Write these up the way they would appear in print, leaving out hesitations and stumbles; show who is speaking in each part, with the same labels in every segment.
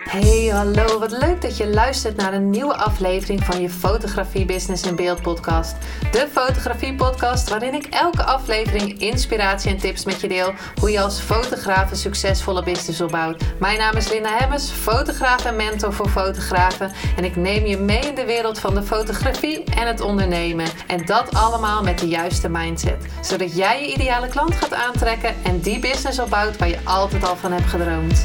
Speaker 1: Hey, hallo, wat leuk dat je luistert naar een nieuwe aflevering van je Fotografie Business in Beeld podcast. De fotografie podcast waarin ik elke aflevering inspiratie en tips met je deel hoe je als fotograaf een succesvolle business opbouwt. Mijn naam is Linda Hemmers, fotograaf en mentor voor fotografen en ik neem je mee in de wereld van de fotografie en het ondernemen. En dat allemaal met de juiste mindset, zodat jij je ideale klant gaat aantrekken en die business opbouwt waar je altijd al van hebt gedroomd.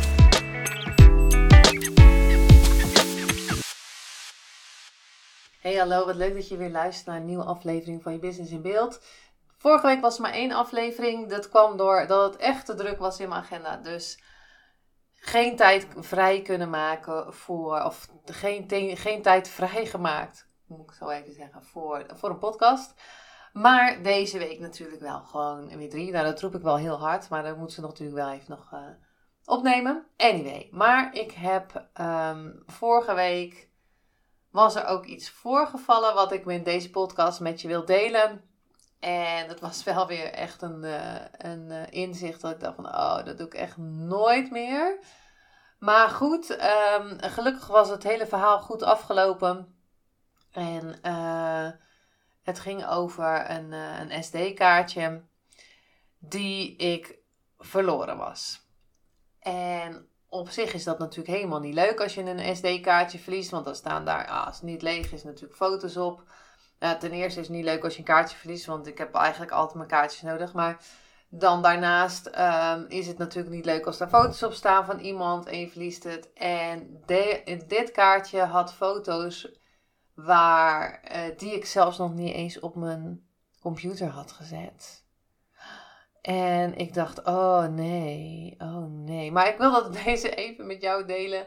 Speaker 1: Hey, hallo, wat leuk dat je weer luistert naar een nieuwe aflevering van je Business in Beeld. Vorige week was er maar 1 aflevering. Dat kwam door dat het echt te druk was in mijn agenda. Dus geen tijd vrij kunnen maken of geen tijd vrijgemaakt, moet ik zo even zeggen, voor een podcast. Maar deze week natuurlijk wel gewoon weer 3. Nou, dat roep ik wel heel hard, maar dan moeten ze natuurlijk wel even nog opnemen. Anyway, maar ik heb vorige week... was er ook iets voorgevallen wat ik in deze podcast met je wil delen. En dat was wel weer echt een inzicht dat ik dacht van, dat doe ik echt nooit meer. Maar goed, gelukkig was het hele verhaal goed afgelopen. En het ging over een SD-kaartje die ik verloren was. En op zich is dat natuurlijk helemaal niet leuk als je een SD-kaartje verliest. Want dan staan daar, als het niet leeg is, natuurlijk foto's op. Ten eerste is het niet leuk als je een kaartje verliest. Want ik heb eigenlijk altijd mijn kaartjes nodig. Maar dan daarnaast is het natuurlijk niet leuk als daar foto's op staan van iemand. En je verliest het. En dit kaartje had foto's die ik zelfs nog niet eens op mijn computer had gezet. En ik dacht, oh nee. Maar ik wil dat deze even met jou delen.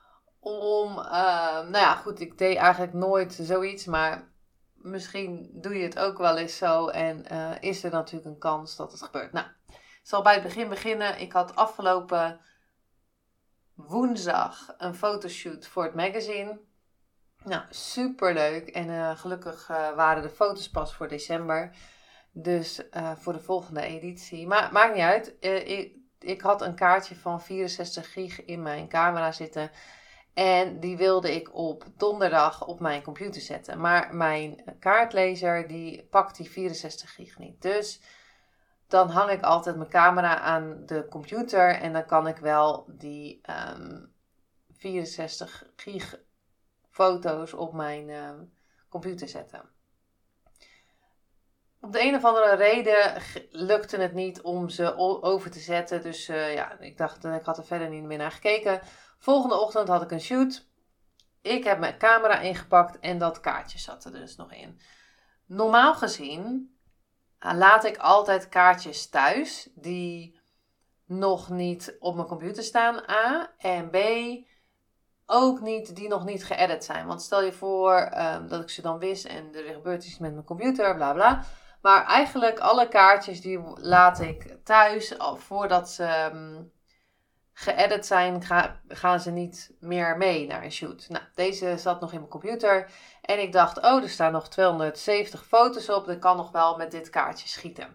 Speaker 1: Ik deed eigenlijk nooit zoiets. Maar misschien doe je het ook wel eens zo. En is er natuurlijk een kans dat het gebeurt. Nou, ik zal bij het begin beginnen. Ik had afgelopen woensdag een fotoshoot voor het magazine. Nou, superleuk. En gelukkig waren de foto's pas voor december. Dus voor de volgende editie. Maar maakt niet uit. Ik had een kaartje van 64 gig in mijn camera zitten. En die wilde ik op donderdag op mijn computer zetten. Maar mijn kaartlezer die pakt die 64 gig niet. Dus dan hang ik altijd mijn camera aan de computer. En dan kan ik wel die 64 gig foto's op mijn computer zetten. Op de een of andere reden lukte het niet om ze over te zetten. Dus ik dacht, ik had er verder niet meer naar gekeken. Volgende ochtend had ik een shoot. Ik heb mijn camera ingepakt en dat kaartje zat er dus nog in. Normaal gezien laat ik altijd kaartjes thuis die nog niet op mijn computer staan, A. En B, ook niet, die nog niet geëdit zijn. Want stel je voor dat ik ze dan wist en er gebeurt iets met mijn computer, bla bla. Maar eigenlijk alle kaartjes die laat ik thuis. Voordat ze geëdit zijn, gaan ze niet meer mee naar een shoot. Nou, deze zat nog in mijn computer. En ik dacht, er staan nog 270 foto's op. Dat kan nog wel met dit kaartje schieten.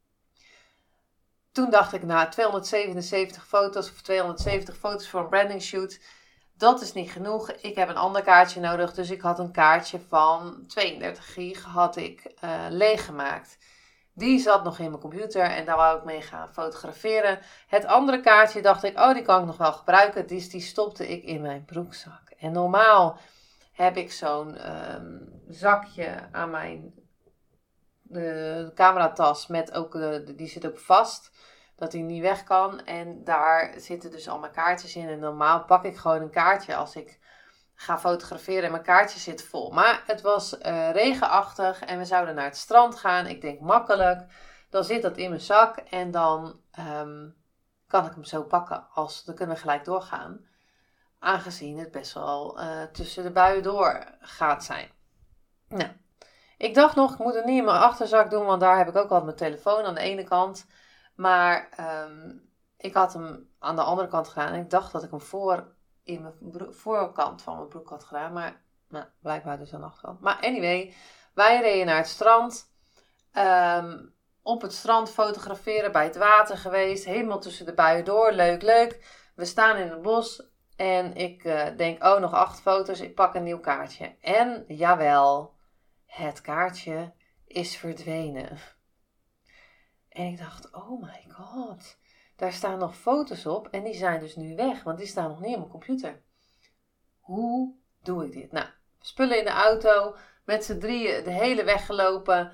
Speaker 1: Toen dacht ik, 277 foto's of 270 foto's voor een branding shoot. Dat is niet genoeg. Ik heb een ander kaartje nodig. Dus ik had een kaartje van 32 gig leeggemaakt. Die zat nog in mijn computer en daar wou ik mee gaan fotograferen. Het andere kaartje dacht ik, die kan ik nog wel gebruiken. Dus die stopte ik in mijn broekzak. En normaal heb ik zo'n zakje aan mijn cameratas met ook, die zit ook vast. Dat hij niet weg kan. En daar zitten dus al mijn kaartjes in. En normaal pak ik gewoon een kaartje als ik ga fotograferen en mijn kaartje zit vol. Maar het was regenachtig en we zouden naar het strand gaan. Ik denk makkelijk. Dan zit dat in mijn zak en dan kan ik hem zo pakken. Dan kunnen we gelijk doorgaan. Aangezien het best wel tussen de buien door gaat zijn. Nou, ik dacht nog, ik moet het niet in mijn achterzak doen. Want daar heb ik ook altijd mijn telefoon aan de ene kant. Maar ik had hem aan de andere kant gedaan. En ik dacht dat ik hem in mijn voorkant van mijn broek had gedaan. Maar blijkbaar dus aan de achterkant. Maar anyway, wij reden naar het strand. Op het strand fotograferen, bij het water geweest. Helemaal tussen de buien door. Leuk. We staan in het bos. En ik denk, oh, nog 8 foto's. Ik pak een nieuw kaartje. En jawel, het kaartje is verdwenen. En ik dacht, oh my god. Daar staan nog foto's op. En die zijn dus nu weg. Want die staan nog niet op mijn computer. Hoe doe ik dit? Nou, spullen in de auto. Met z'n drieën de hele weg gelopen.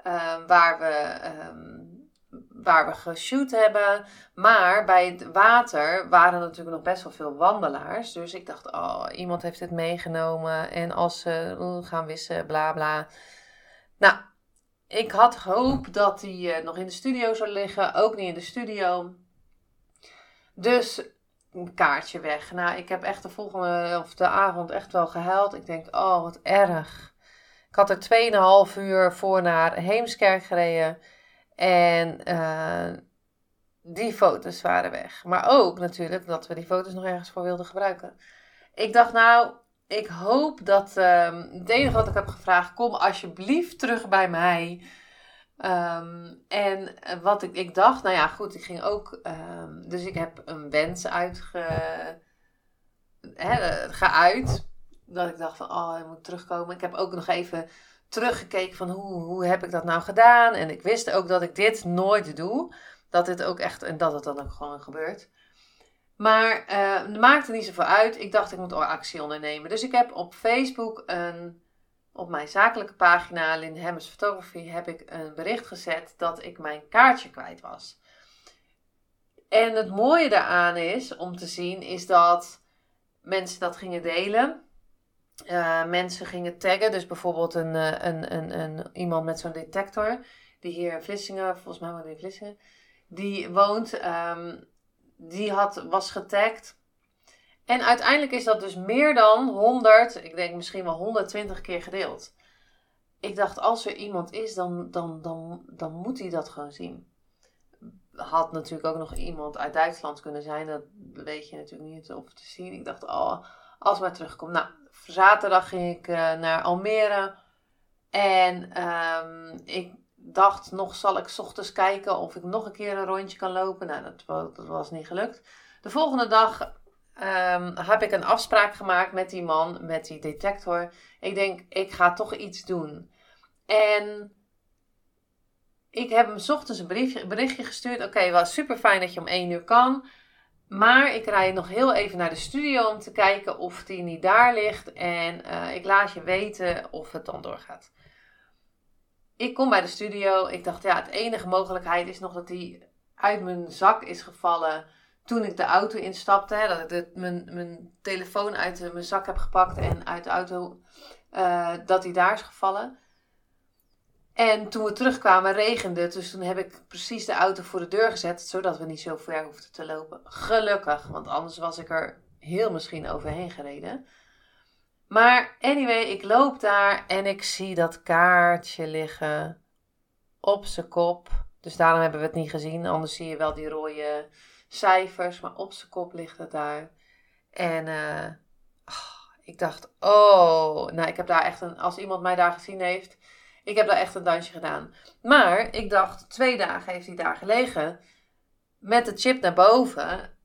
Speaker 1: Waar we geshoot hebben. Maar bij het water waren natuurlijk nog best wel veel wandelaars. Dus ik dacht, oh, iemand heeft het meegenomen. En als ze gaan wissen, bla bla. Nou, ik had hoop dat hij nog in de studio zou liggen. Ook niet in de studio. Dus een kaartje weg. Nou, ik heb echt de avond echt wel gehuild. Ik denk, oh, wat erg. Ik had er 2,5 uur voor naar Heemskerk gereden. En die foto's waren weg. Maar ook natuurlijk dat we die foto's nog ergens voor wilden gebruiken. Ik dacht, nou, ik hoop dat het enige wat ik heb gevraagd, kom alsjeblieft terug bij mij. En wat ik dacht, nou ja, goed, ik ging ook, dus ik heb een wens geuit. Dat ik dacht van, oh, hij moet terugkomen. Ik heb ook nog even teruggekeken van hoe heb ik dat nou gedaan. En ik wist ook dat ik dit nooit doe. Dat dit ook echt, en dat het dan ook gewoon gebeurt. Maar het maakte niet zoveel uit. Ik dacht, ik moet actie ondernemen. Dus ik heb op Facebook op mijn zakelijke pagina, Lynn Hemmers Photography, heb ik een bericht gezet dat ik mijn kaartje kwijt was. En het mooie daaraan is, om te zien, is dat mensen dat gingen delen. Mensen gingen taggen. Dus bijvoorbeeld iemand met zo'n detector, die hier in Vlissingen, volgens mij woont in Vlissingen, die woont, was getagd. En uiteindelijk is dat dus meer dan 100, ik denk misschien wel 120 keer gedeeld. Ik dacht, als er iemand is, dan moet hij dat gewoon zien. Had natuurlijk ook nog iemand uit Duitsland kunnen zijn. Dat weet je natuurlijk niet of te zien. Ik dacht, oh, als maar terugkomt. Nou, zaterdag ging ik naar Almere. En ik dacht nog, zal ik 's ochtends kijken of ik nog een keer een rondje kan lopen. Nou, dat was niet gelukt. De volgende dag heb ik een afspraak gemaakt met die man, met die detector. Ik denk, ik ga toch iets doen. En ik heb hem 's ochtends een berichtje gestuurd. Oké, wel super fijn dat je om 1 uur kan. Maar ik rijd nog heel even naar de studio om te kijken of die niet daar ligt. En ik laat je weten of het dan doorgaat. Ik kom bij de studio. Ik dacht, ja, het enige mogelijkheid is nog dat die uit mijn zak is gevallen toen ik de auto instapte. Hè, dat ik mijn telefoon uit mijn zak heb gepakt en uit de auto, dat die daar is gevallen. En toen we terugkwamen regende het. Dus toen heb ik precies de auto voor de deur gezet. Zodat we niet zo ver hoefden te lopen. Gelukkig. Want anders was ik er heel misschien overheen gereden. Maar anyway, ik loop daar. En ik zie dat kaartje liggen. Op zijn kop. Dus daarom hebben we het niet gezien. Anders zie je wel die rode cijfers. Maar op zijn kop ligt het daar. En ik dacht, oh. Nou, ik heb daar echt als iemand mij daar gezien heeft. Ik heb daar echt een dansje gedaan. Maar ik dacht, 2 dagen heeft hij daar gelegen. Met de chip naar boven.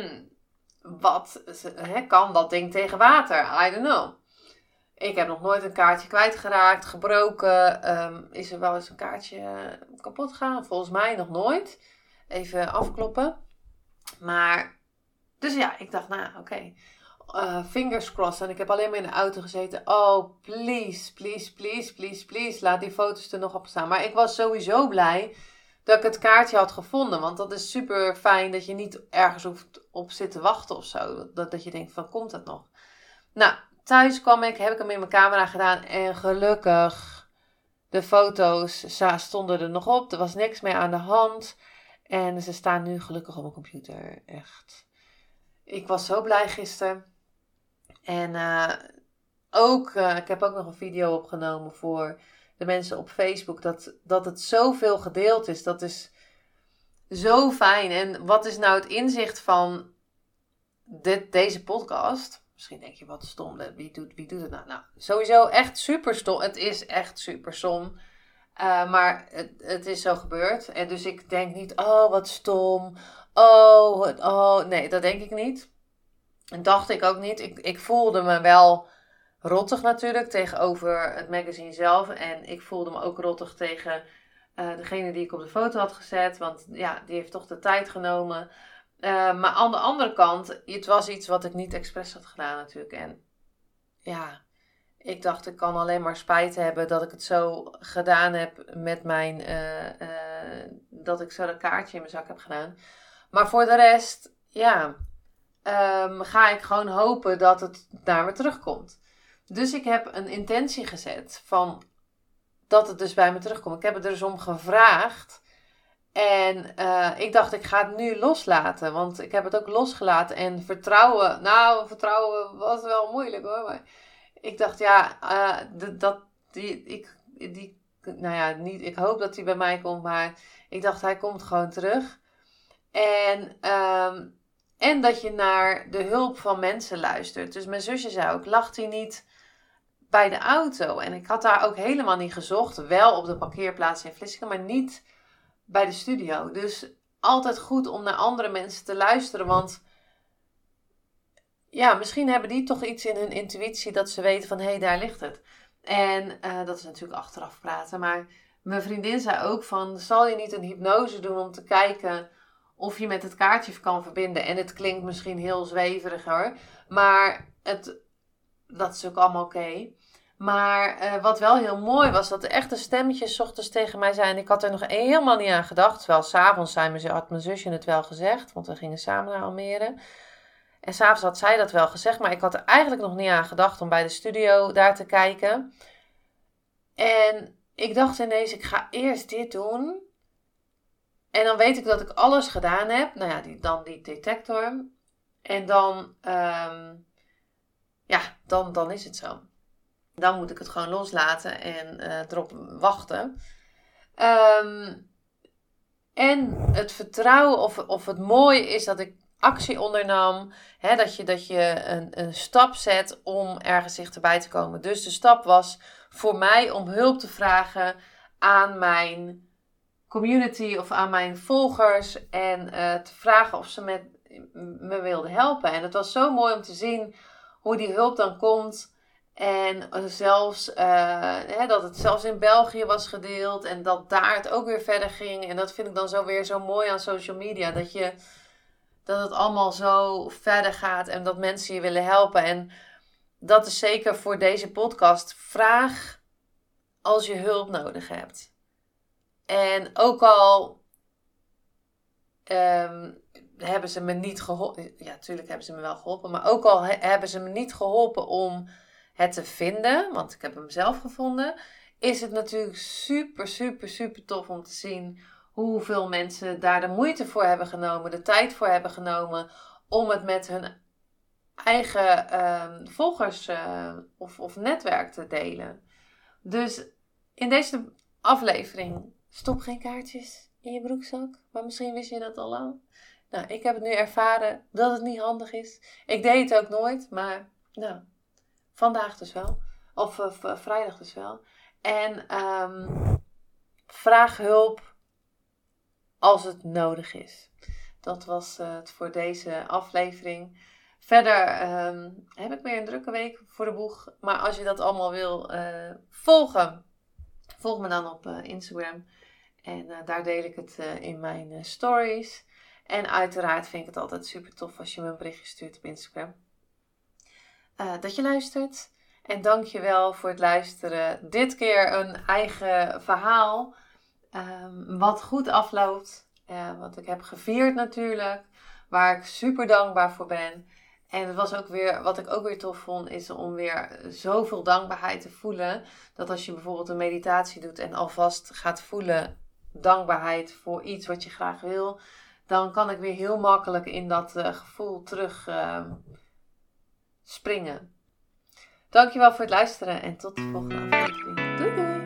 Speaker 1: Wat kan dat ding tegen water? I don't know. Ik heb nog nooit een kaartje kwijtgeraakt, gebroken. Is er wel eens een kaartje kapot gegaan? Volgens mij nog nooit. Even afkloppen. Maar, dus ja, ik dacht, nou oké. Fingers crossed. En ik heb alleen maar in de auto gezeten. Oh, please, please, please, please, please. Laat die foto's er nog op staan. Maar ik was sowieso blij dat ik het kaartje had gevonden. Want dat is super fijn dat je niet ergens hoeft op zitten wachten of zo. Dat je denkt van, komt het nog? Nou, thuis kwam ik, heb ik hem in mijn camera gedaan. En gelukkig, de foto's stonden er nog op. Er was niks meer aan de hand. En ze staan nu gelukkig op mijn computer. Echt. Ik was zo blij gisteren. En ik heb ook nog een video opgenomen voor de mensen op Facebook. Dat het zoveel gedeeld is. Dat is zo fijn. En wat is nou het inzicht van deze podcast? Misschien denk je, wat stom. Wie doet het nou? Nou, sowieso echt super stom. Het is echt super stom. Maar het is zo gebeurd. En dus ik denk niet, oh wat stom. Oh, nee, dat denk ik niet. En dacht ik ook niet. Ik voelde me wel rottig natuurlijk tegenover het magazine zelf. En ik voelde me ook rottig tegen degene die ik op de foto had gezet. Want ja, die heeft toch de tijd genomen. Maar aan de andere kant, het was iets wat ik niet expres had gedaan natuurlijk. En ja, ik dacht ik kan alleen maar spijt hebben dat ik het zo gedaan heb met mijn... dat ik zo dat kaartje in mijn zak heb gedaan. Maar voor de rest, ja... ga ik gewoon hopen dat het naar me terugkomt. Dus ik heb een intentie gezet van dat het dus bij me terugkomt. Ik heb het er dus om gevraagd. En ik dacht, ik ga het nu loslaten. Want ik heb het ook losgelaten. En vertrouwen was wel moeilijk hoor. Maar ik dacht, ja, ik hoop dat hij bij mij komt. Maar ik dacht, hij komt gewoon terug. En dat je naar de hulp van mensen luistert. Dus mijn zusje zei ook, lacht hij niet bij de auto? En ik had daar ook helemaal niet gezocht. Wel op de parkeerplaats in Vlissingen, maar niet bij de studio. Dus altijd goed om naar andere mensen te luisteren. Want ja, misschien hebben die toch iets in hun intuïtie dat ze weten van, hé, daar ligt het. En dat is natuurlijk achteraf praten. Maar mijn vriendin zei ook van, zal je niet een hypnose doen om te kijken of je met het kaartje kan verbinden. En het klinkt misschien heel zweverig hoor. Maar dat is ook allemaal oké. Maar wat wel heel mooi was, dat er echt een stemmetje 's ochtends tegen mij zei. En ik had er nog helemaal niet aan gedacht. Terwijl 's avonds had mijn zusje het wel gezegd. Want we gingen samen naar Almere. En 's avonds had zij dat wel gezegd. Maar ik had er eigenlijk nog niet aan gedacht om bij de studio daar te kijken. En ik dacht ineens, ik ga eerst dit doen. En dan weet ik dat ik alles gedaan heb. Nou ja, die detector. En dan is het zo. Dan moet ik het gewoon loslaten en erop wachten. En het vertrouwen of het mooie is dat ik actie ondernam. Hè, dat je een stap zet om ergens dichterbij te komen. Dus de stap was voor mij om hulp te vragen aan mijn community of aan mijn volgers. En te vragen of ze me wilden helpen. En het was zo mooi om te zien hoe die hulp dan komt. En zelfs dat het zelfs in België was gedeeld. En dat daar het ook weer verder ging. En dat vind ik dan weer zo mooi aan social media. Dat het allemaal zo verder gaat. En dat mensen je willen helpen. En dat is zeker voor deze podcast. Vraag als je hulp nodig hebt. En ook al hebben ze me niet geholpen. Ja, natuurlijk hebben ze me wel geholpen. Maar ook al hebben ze me niet geholpen om het te vinden. Want ik heb hem zelf gevonden. Is het natuurlijk super, super, super tof om te zien hoeveel mensen daar de moeite voor hebben genomen. De tijd voor hebben genomen. Om het met hun eigen volgers of netwerk te delen. Dus in deze aflevering, stop geen kaartjes in je broekzak. Maar misschien wist je dat al lang. Nou, ik heb het nu ervaren dat het niet handig is. Ik deed het ook nooit, maar nou, vandaag dus wel. Of vrijdag dus wel. En vraag hulp als het nodig is. Dat was het voor deze aflevering. Verder heb ik weer een drukke week voor de boeg. Maar als je dat allemaal wil volgen, volg me dan op Instagram. En daar deel ik het in mijn stories. En uiteraard vind ik het altijd super tof als je me een berichtje stuurt op Instagram. Dat je luistert. En dank je wel voor het luisteren. Dit keer een eigen verhaal. Wat goed afloopt. Wat ik heb gevierd natuurlijk. Waar ik super dankbaar voor ben. En het was ook weer, wat ik ook weer tof vond, is om weer zoveel dankbaarheid te voelen. Dat als je bijvoorbeeld een meditatie doet en alvast gaat voelen dankbaarheid voor iets wat je graag wil. Dan kan ik weer heel makkelijk in dat gevoel terug springen. Dankjewel voor het luisteren en tot de volgende aflevering. Doei doei!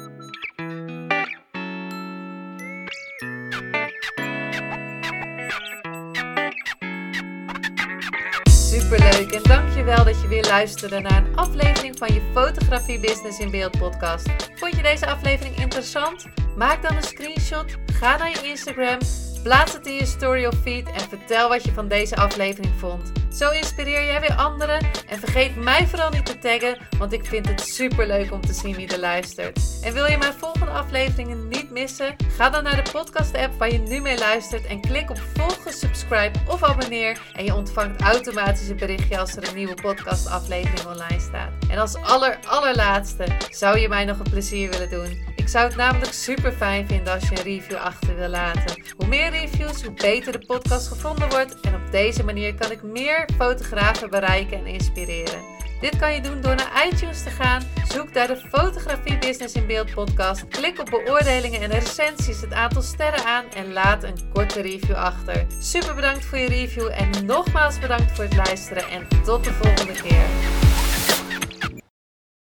Speaker 1: Superleuk en dankjewel dat je weer luisterde naar een aflevering van je Fotografie Business in Beeld podcast. Vond je deze aflevering interessant? Maak dan een screenshot, ga naar je Instagram, plaats het in je story of feed en vertel wat je van deze aflevering vond. Zo inspireer jij weer anderen en vergeet mij vooral niet te taggen, want ik vind het super leuk om te zien wie er luistert. En wil je mijn volgende afleveringen niet missen? Ga dan naar de podcast app waar je nu mee luistert en klik op volgen, subscribe of abonneer en je ontvangt automatisch een berichtje als er een nieuwe podcast aflevering online staat. En als allerlaatste zou je mij nog een plezier willen doen. Ik zou het namelijk super fijn vinden als je een review achter wil laten. Hoe meer reviews, hoe beter de podcast gevonden wordt en op deze manier kan ik meer fotografen bereiken en inspireren. Dit kan je doen door naar iTunes te gaan, zoek daar de Fotografie Business in Beeld podcast, klik op beoordelingen en recensies, het aantal sterren aan en laat een korte review achter. Super bedankt voor je review en nogmaals bedankt voor het luisteren en tot de volgende keer.